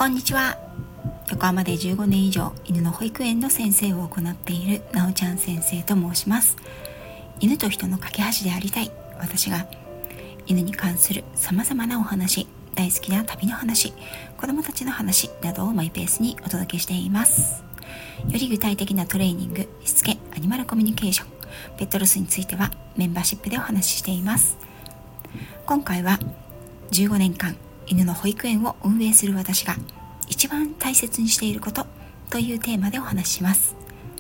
こんにちは。横浜で15年以上犬の保育園の先生を行っているなおちゃん先生と申します。犬と人の架け橋でありたい私が、犬に関する様々なお話、大好きな旅の話、子供たちの話などをマイペースにお届けしています。より具体的なトレーニング、しつけ、アニマルコミュニケーション、ペットロスについてはメンバーシップでお話ししています。今回は15年間犬の保育園を運営する私が一番大切にしていることというテーマでお話しします。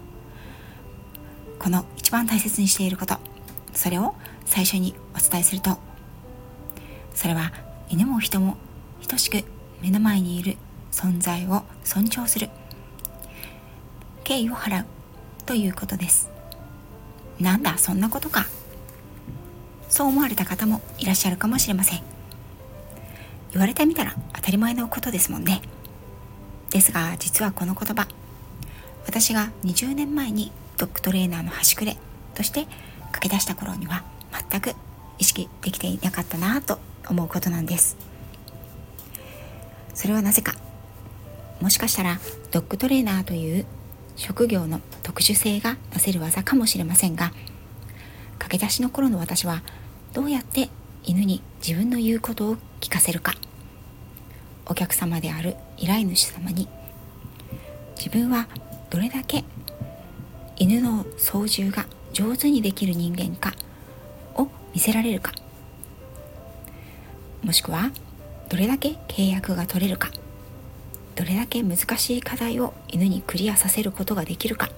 この一番大切にしていること、それを最初にお伝えすると、それは犬も人も等しく目の前にいる存在を尊重する、敬意を払うということです。なんだそんなことか、そう思われた方もいらっしゃるかもしれません。言われてみたら当たり前のことですもんね。ですが実はこの言葉、私が20年前にドッグトレーナーの端くれとして駆け出した頃には全く意識できていなかったなと思うことなんです。それはなぜか、もしかしたらドッグトレーナーという職業の特殊性がなせる技かもしれませんが、駆け出しの頃の私はどうやって犬に自分の言うことを聞かせるか、お客様である依頼主様に自分はどれだけ犬の操縦が上手にできる人間かを見せられるか、もしくはどれだけ契約が取れるか、どれだけ難しい課題を犬にクリアさせることができるか。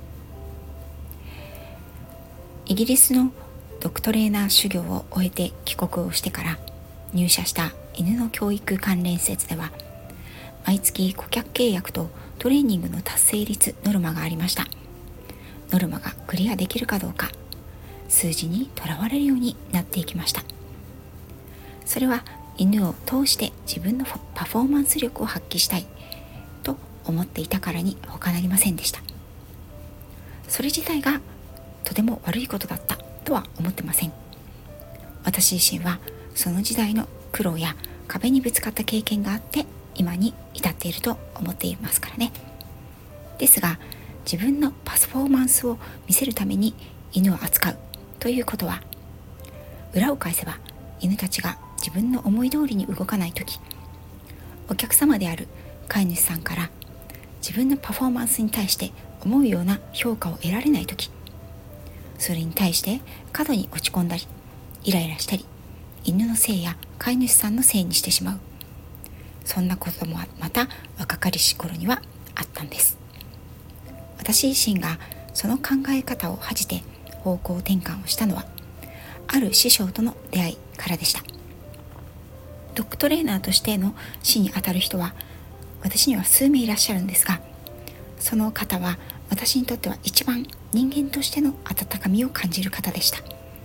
イギリスのドッグトレーナー修行を終えて帰国をしてから入社した犬の教育関連施設では、毎月顧客契約とトレーニングの達成率ノルマがありました。ノルマがクリアできるかどうか、数字にとらわれるようになっていきました。それは犬を通して自分のパフォーマンス力を発揮したいと思っていたからに他なりませんでした。それ自体がとても悪いことだったとは思ってません。私自身はその時代の苦労や壁にぶつかった経験があって今に至っていると思っていますからね。ですが自分のパフォーマンスを見せるために犬を扱うということは、裏を返せば犬たちが自分の思い通りに動かないとき、お客様である飼い主さんから自分のパフォーマンスに対して思うような評価を得られないとき、それに対して過度に落ち込んだりイライラしたり、犬のせいや飼い主さんのせいにしてしまう、そんなこともまた若かりし頃にはあったんです。私自身がその考え方を恥じて方向転換をしたのは、ある師匠との出会いからでした。ドッグトレーナーとしての師にあたる人は私には数名いらっしゃるんですが、その方は私にとっては一番人間としての温かみを感じる方でした。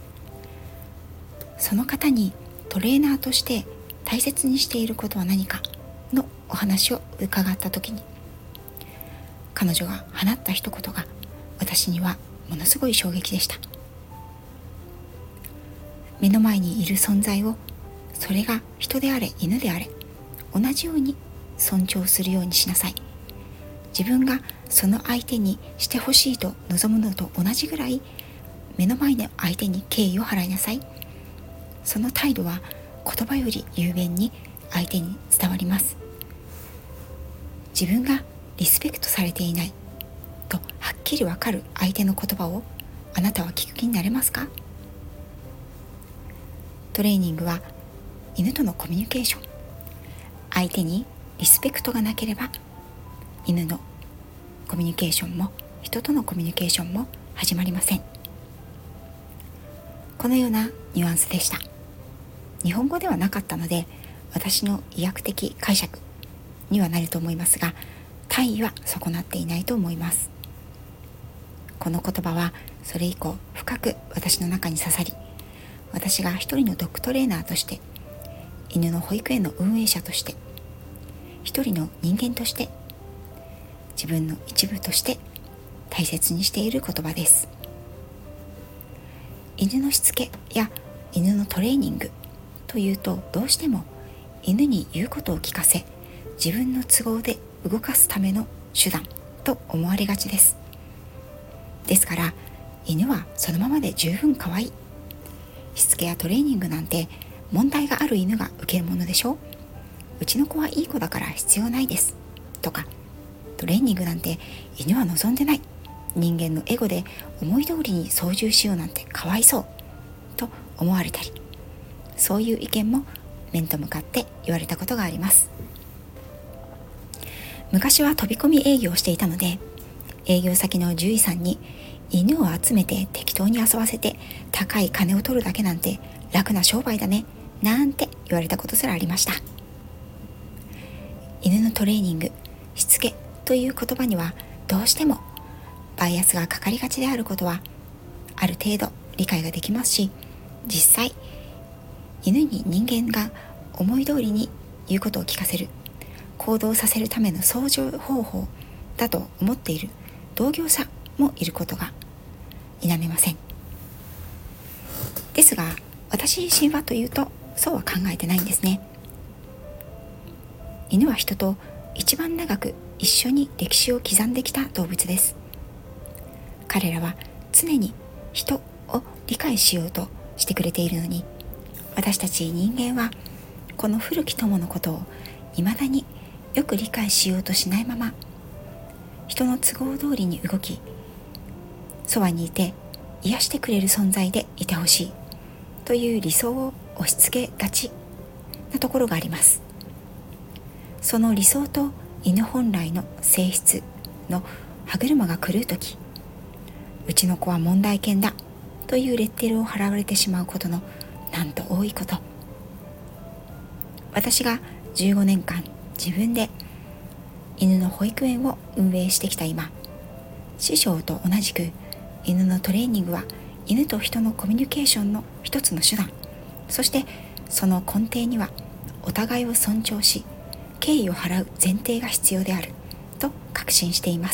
その方にトレーナーとして大切にしていることは何かのお話を伺った時に、彼女が放った一言が私にはものすごい衝撃でした。目の前にいる存在を、それが人であれ犬であれ同じように尊重するようにしなさい。自分がその相手にしてほしいと望むのと同じぐらい目の前の相手に敬意を払いなさい。その態度は言葉より雄弁に相手に伝わります。自分がリスペクトされていないとはっきりわかる相手の言葉をあなたは聞く気になれますか？トレーニングは犬とのコミュニケーション。相手にリスペクトがなければ犬のコミュニケーションも人とのコミュニケーションも始まりません。このようなニュアンスでした。日本語ではなかったので私の意訳的解釈にはなると思いますが、大意は損なっていないと思います。この言葉はそれ以降深く私の中に刺さり、私が一人のドッグトレーナーとして、犬の保育園の運営者として、一人の人間として、自分の一部として大切にしている言葉です。犬のしつけや犬のトレーニングというと、どうしても犬に言うことを聞かせ自分の都合で動かすための手段と思われがちです。ですから犬はそのままで十分可愛い。しつけやトレーニングなんて問題がある犬が受けるものでしょう。うちの子はいい子だから必要ないですとか、トレーニングなんて犬は望んでない、人間のエゴで思い通りに操縦しようなんてかわいそうと思われたり、そういう意見も面と向かって言われたことがあります。昔は飛び込み営業をしていたので、営業先の獣医さんに犬を集めて適当に遊ばせて高い金を取るだけなんて楽な商売だねなんて言われたことすらありました。犬のトレーニング、しつけという言葉にはどうしてもバイアスがかかりがちであることはある程度理解ができますし、実際犬に人間が思い通りに言うことを聞かせる、行動させるための操縦方法だと思っている同業者もいることが否めません。ですが私自身はというとそうは考えてないんですね。犬は人と一番長く一緒に歴史を刻んできた動物です。彼らは常に人を理解しようとしてくれているのに、私たち人間はこの古き友のことを未だによく理解しようとしないまま、人の都合通りに動き、そばにいて癒してくれる存在でいてほしいという理想を押し付けがちなところがあります。その理想と犬本来の性質の歯車が狂うとき、うちの子は問題犬だというレッテルを払われてしまうことのなんと多いこと。私が15年間自分で犬の保育園を運営してきた今、師匠と同じく犬のトレーニングは犬と人のコミュニケーションの一つの手段、そしてその根底にはお互いを尊重し敬意を払う前提が必要であると確信しています。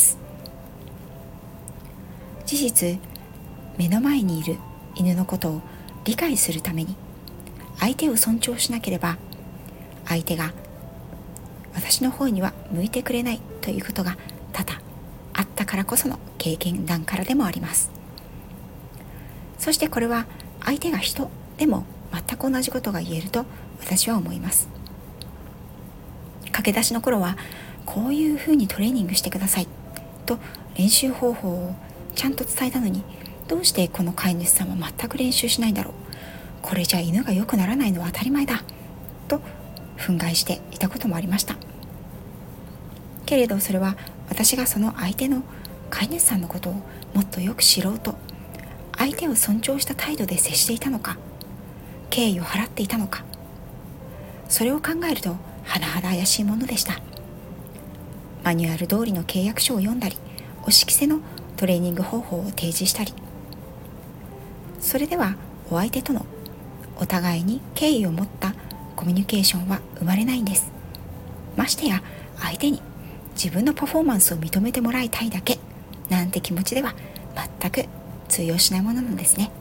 事実、目の前にいる犬のことを理解するために相手を尊重しなければ、相手が私の方には向いてくれないということが多々あったからこその経験談からでもあります。そしてこれは相手が人でも全く同じことが言えると私は思います。駆け出しの頃はこういうふうにトレーニングしてくださいと練習方法をちゃんと伝えたのに、どうしてこの飼い主さんは全く練習しないんだろう、これじゃ犬が良くならないのは当たり前だと憤慨していたこともありました。けれどそれは私がその相手の飼い主さんのことをもっとよく知ろうと、相手を尊重した態度で接していたのか、敬意を払っていたのか、それを考えると甚だ怪しいものでした。マニュアル通りの契約書を読んだり、押し着せのトレーニング方法を提示したり、それではお相手とのお互いに敬意を持ったコミュニケーションは生まれないんです。ましてや相手に自分のパフォーマンスを認めてもらいたいだけなんて気持ちでは全く通用しないものなんですね。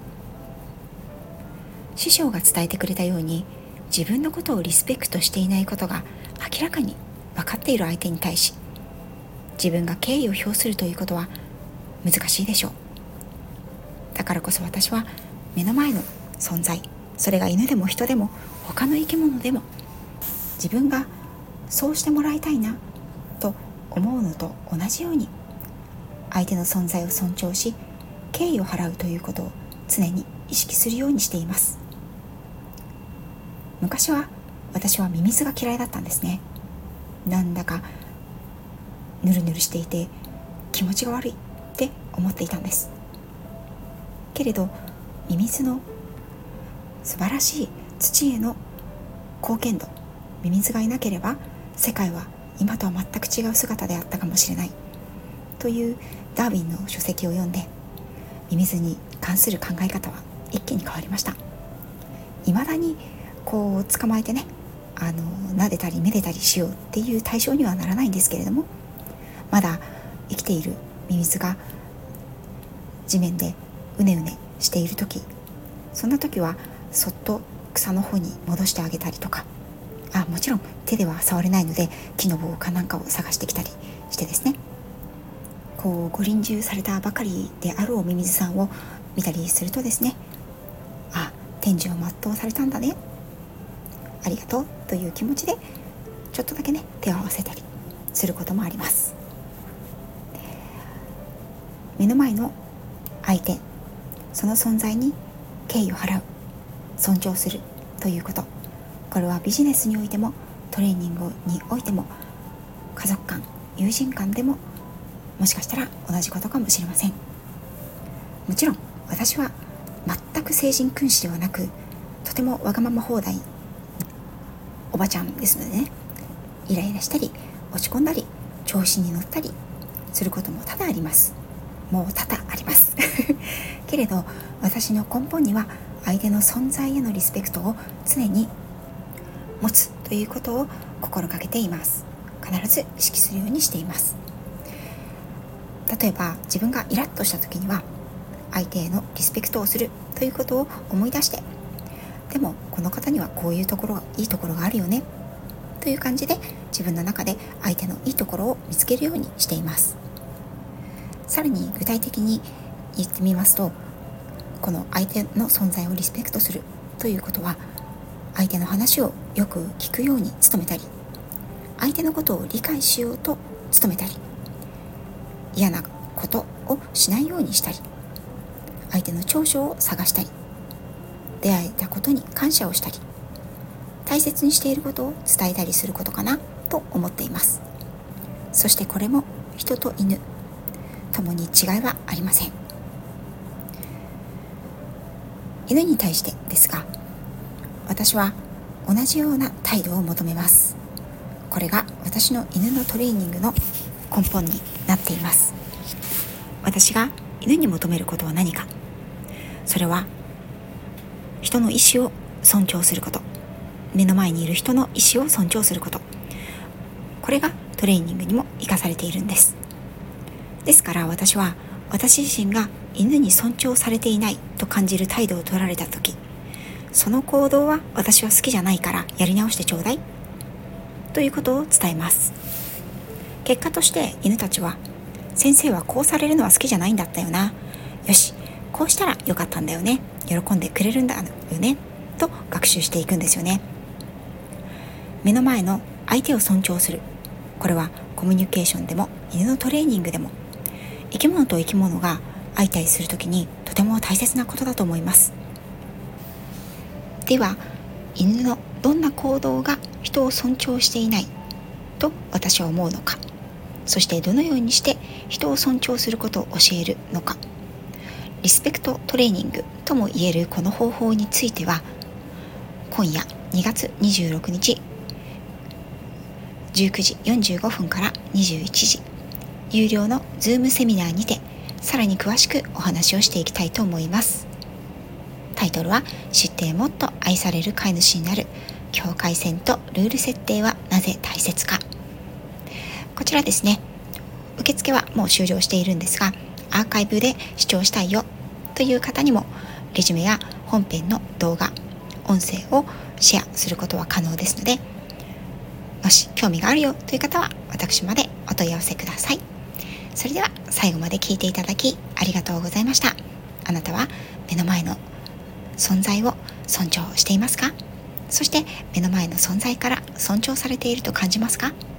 師匠が伝えてくれたように、自分のことをリスペクトしていないことが明らかに分かっている相手に対し、自分が敬意を表するということは難しいでしょう。だからこそ私は目の前の存在、それが犬でも人でも他の生き物でも、自分がそうしてもらいたいなと思うのと同じように相手の存在を尊重し敬意を払うということを常に意識するようにしています。昔は私はミミズが嫌いだったんですね。なんだかヌルヌルしていて気持ちが悪いって思っていたんです。けれどミミズの素晴らしい土への貢献度、ミミズがいなければ世界は今とは全く違う姿であったかもしれないというダーウィンの書籍を読んで、ミミズに関する考え方は一気に変わりました。未だにこう捕まえてね、撫でたりめでたりしようっていう対象にはならないんですけれども、まだ生きているミミズが地面でうねうねしている時、そんな時はそっと草の方に戻してあげたりとか、 もちろん手では触れないので木の棒かなんかを探してきたりしてですね、こうご臨終されたばかりであろうミミズさんを見たりするとですね、天寿を全うされたんだね、ありがとうという気持ちでちょっとだけね手を合わせたりすることもあります。目の前の相手、その存在に敬意を払う、尊重するということ、これはビジネスにおいてもトレーニングにおいても家族間、友人間でももしかしたら同じことかもしれません。もちろん私は全く聖人君子ではなく、とてもわがまま放題おばちゃんですのでね、イライラしたり落ち込んだり調子に乗ったりすることも多々あります。もう多々ありますけれど、私の根本には相手の存在へのリスペクトを常に持つということを心がけています。必ず意識するようにしています。例えば自分がイラッとした時には相手へのリスペクトをするということを思い出して、でもこの方にはこういうところがいいところがあるよねという感じで自分の中で相手のいいところを見つけるようにしています。さらに具体的に言ってみますと、この相手の存在をリスペクトするということは、相手の話をよく聞くように努めたり、相手のことを理解しようと努めたり、嫌なことをしないようにしたり、相手の長所を探したり、出会えたことに感謝をしたり、大切にしていることを伝えたりすることかなと思っています。そしてこれも人と犬ともに違いはありません。犬に対してですが、私は同じような態度を求めます。これが私の犬のトレーニングの根本になっています。私が犬に求めることは何か、それは人の意思を尊重すること、目の前にいる人の意思を尊重すること、これがトレーニングにも生かされているんです。ですから私は私自身が犬に尊重されていないと感じる態度を取られたとき、その行動は私は好きじゃないからやり直してちょうだいということを伝えます。結果として犬たちは、先生はこうされるのは好きじゃないんだったよな、よしこうしたらよかったんだよね、喜んでくれるんだよねと学習していくんですよね。目の前の相手を尊重する、これはコミュニケーションでも犬のトレーニングでも、生き物と生き物が相対するときにとても大切なことだと思います。では犬のどんな行動が人を尊重していないと私は思うのか、そしてどのようにして人を尊重することを教えるのか、リスペクトトレーニングとも言えるこの方法については、今夜2月26日19時45分から21時有料のズームセミナーにてさらに詳しくお話をしていきたいと思います。タイトルは、知ってもっと愛される飼い主になる境界線とルール設定はなぜ大切か。こちらですね、受付はもう終了しているんですが、アーカイブで視聴したいよという方にもレジュメや本編の動画、音声をシェアすることは可能ですので、もし興味があるよという方は私までお問い合わせください。それでは最後まで聞いていただきありがとうございました。あなたは目の前の存在を尊重していますか？そして目の前の存在から尊重されていると感じますか？